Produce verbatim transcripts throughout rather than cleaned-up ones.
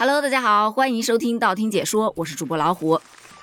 Hello， 大家好，欢迎收听道听解说，我是主播老虎。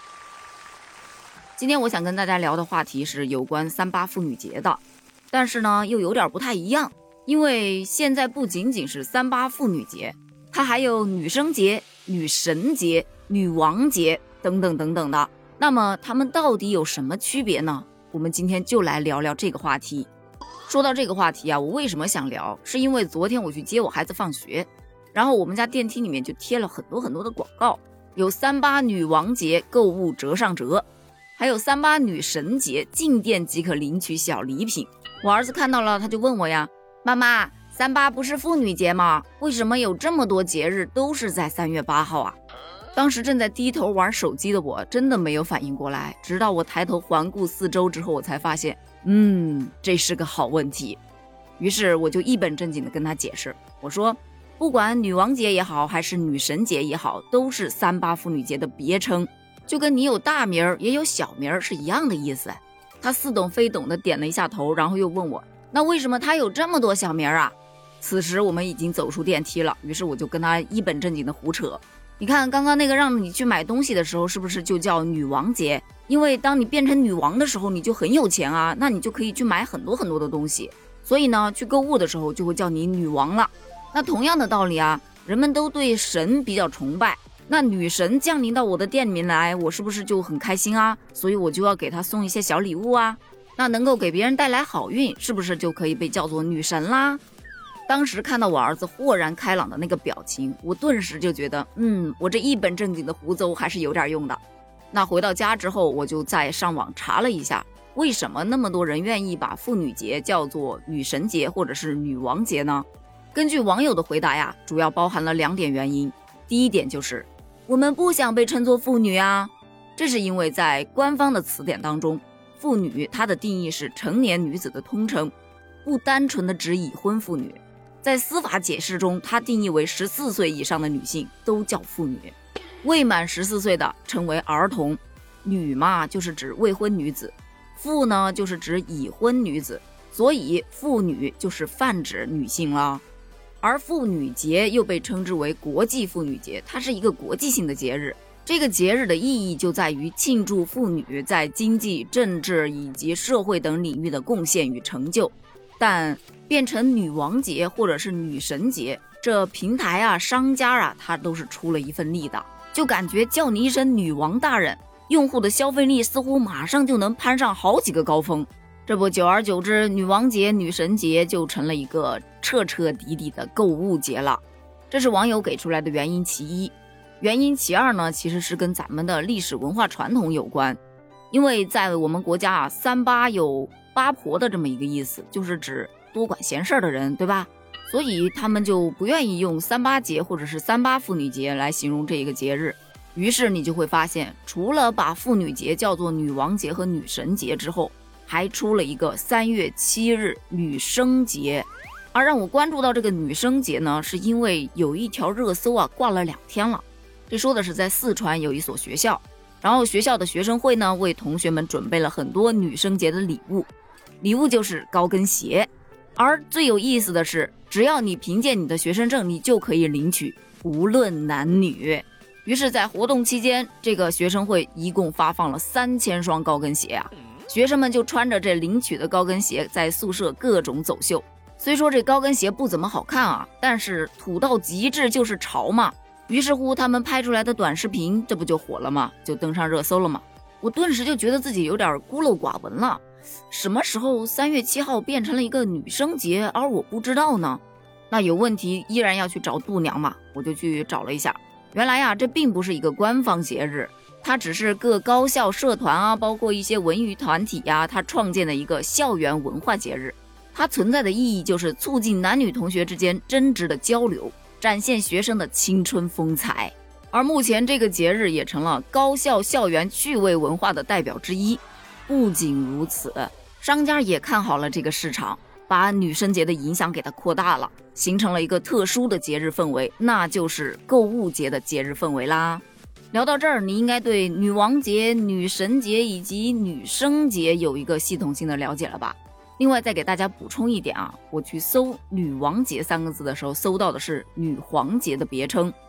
今天我想跟大家聊的话题是有关三八妇女节的，但是呢又有点不太一样，因为现在不仅仅是三八妇女节，它还有女生节、女神节、女王节等等等等的。那么它们到底有什么区别呢？我们今天就来聊聊这个话题。说到这个话题啊，我为什么想聊，是因为昨天我去接我孩子放学，然后我们家电梯里面就贴了很多很多的广告，有三八女王节购物折上折，还有三八女神节进店即可领取小礼品。我儿子看到了，他就问我呀，妈妈，三八不是妇女节吗？为什么有这么多节日都是在三月八号啊？当时正在低头玩手机的我真的没有反应过来，直到我抬头环顾四周之后，我才发现嗯，这是个好问题。于是我就一本正经地跟他解释，我说不管女王节也好还是女神节也好，都是三八妇女节的别称，就跟你有大名也有小名是一样的意思。他似懂非懂地点了一下头，然后又问我，那为什么他有这么多小名啊？此时我们已经走出电梯了，于是我就跟他一本正经的胡扯，你看刚刚那个让你去买东西的时候是不是就叫女王节？因为当你变成女王的时候你就很有钱啊，那你就可以去买很多很多的东西，所以呢去购物的时候就会叫你女王了。那同样的道理啊，人们都对神比较崇拜，那女神降临到我的店里面来，我是不是就很开心啊？所以我就要给她送一些小礼物啊，那能够给别人带来好运，是不是就可以被叫做女神啦？当时看到我儿子豁然开朗的那个表情，我顿时就觉得嗯，我这一本正经的胡诌还是有点用的。那回到家之后，我就再上网查了一下，为什么那么多人愿意把妇女节叫做女神节或者是女王节呢？根据网友的回答呀，主要包含了两点原因。第一点就是我们不想被称作妇女啊，这是因为在官方的词典当中，妇女它的定义是成年女子的通称，不单纯的指已婚妇女。在司法解释中，它定义为十四岁以上的女性都叫妇女，未满十四岁的称为儿童。女嘛就是指未婚女子，妇呢就是指已婚女子，所以妇女就是泛指女性了。而妇女节又被称之为国际妇女节，它是一个国际性的节日。这个节日的意义就在于庆祝妇女在经济、政治以及社会等领域的贡献与成就。但变成女王节或者是女神节，这平台啊、商家啊，它都是出了一份力的，就感觉叫你一声女王大人，用户的消费力似乎马上就能攀上好几个高峰。这不久而久之，女王节、女神节就成了一个彻彻底底的购物节了。这是网友给出来的原因其一。原因其二呢，其实是跟咱们的历史文化传统有关。因为在我们国家啊，三八有八婆的这么一个意思，就是指多管闲事的人，对吧？所以他们就不愿意用三八节或者是三八妇女节来形容这一个节日。于是你就会发现，除了把妇女节叫做女王节和女神节之后，还出了一个三月七日女生节。而让我关注到这个女生节呢，是因为有一条热搜啊挂了两天了。这说的是在四川有一所学校，然后学校的学生会呢为同学们准备了很多女生节的礼物，礼物就是高跟鞋。而最有意思的是，只要你凭借你的学生证，你就可以领取，无论男女。于是在活动期间，这个学生会一共发放了三千双高跟鞋啊，学生们就穿着这领取的高跟鞋在宿舍各种走秀。虽说这高跟鞋不怎么好看啊，但是土到极致就是潮嘛。于是乎他们拍出来的短视频，这不就火了吗？就登上热搜了嘛。我顿时就觉得自己有点孤陋寡闻了，什么时候三月七号变成了一个女生节，而我不知道呢？那有问题依然要去找度娘嘛，我就去找了一下。原来呀，这并不是一个官方节日，它只是各高校社团啊，包括一些文娱团体呀、啊，它创建的一个校园文化节日。它存在的意义就是促进男女同学之间真挚的交流，展现学生的青春风采。而目前这个节日也成了高校校园趣味文化的代表之一。不仅如此，商家也看好了这个市场，把女生节的影响给它扩大了，形成了一个特殊的节日氛围，那就是购物节的节日氛围啦。聊到这儿，你应该对女王节、女神节以及女生节有一个系统性的了解了吧？另外再给大家补充一点啊，我去搜女王节三个字的时候，搜到的是女皇节的别称，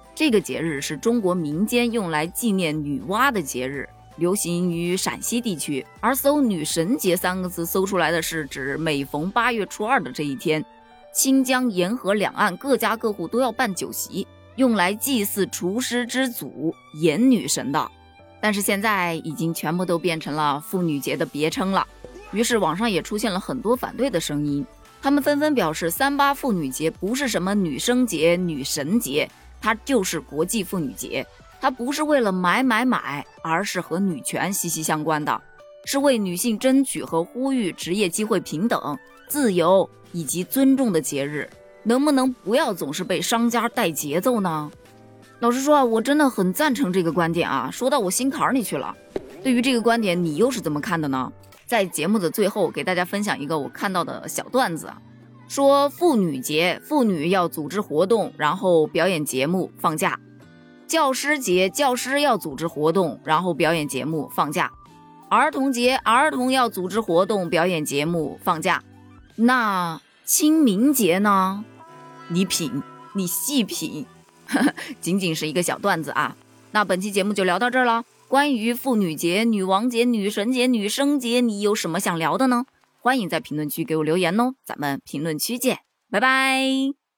这个节日是中国民间用来纪念女娲的节日，流行于陕西地区。而搜女神节三个字搜出来的是指每逢八月初二的这一天，清江沿河两岸各家各户都要办酒席，用来祭祀除湿之祖炎女神的。但是现在已经全部都变成了妇女节的别称了，于是网上也出现了很多反对的声音，他们纷纷表示三八妇女节不是什么女生节、女神节，它就是国际妇女节，它不是为了买买买，而是和女权息息相关的，是为女性争取和呼吁职业机会平等、自由以及尊重的节日，能不能不要总是被商家带节奏呢？老实说啊，我真的很赞成这个观点啊，说到我心坎里去了。对于这个观点，你又是怎么看的呢？在节目的最后给大家分享一个我看到的小段子啊，说妇女节，妇女要组织活动，然后表演节目放假；教师节，教师要组织活动，然后表演节目放假；儿童节，儿童要组织活动，表演节目放假。那清明节呢？你品，你细品，仅仅是一个小段子啊。那本期节目就聊到这儿了。关于妇女节、女王节、女神节、女生节，你有什么想聊的呢？欢迎在评论区给我留言哦，咱们评论区见，拜拜。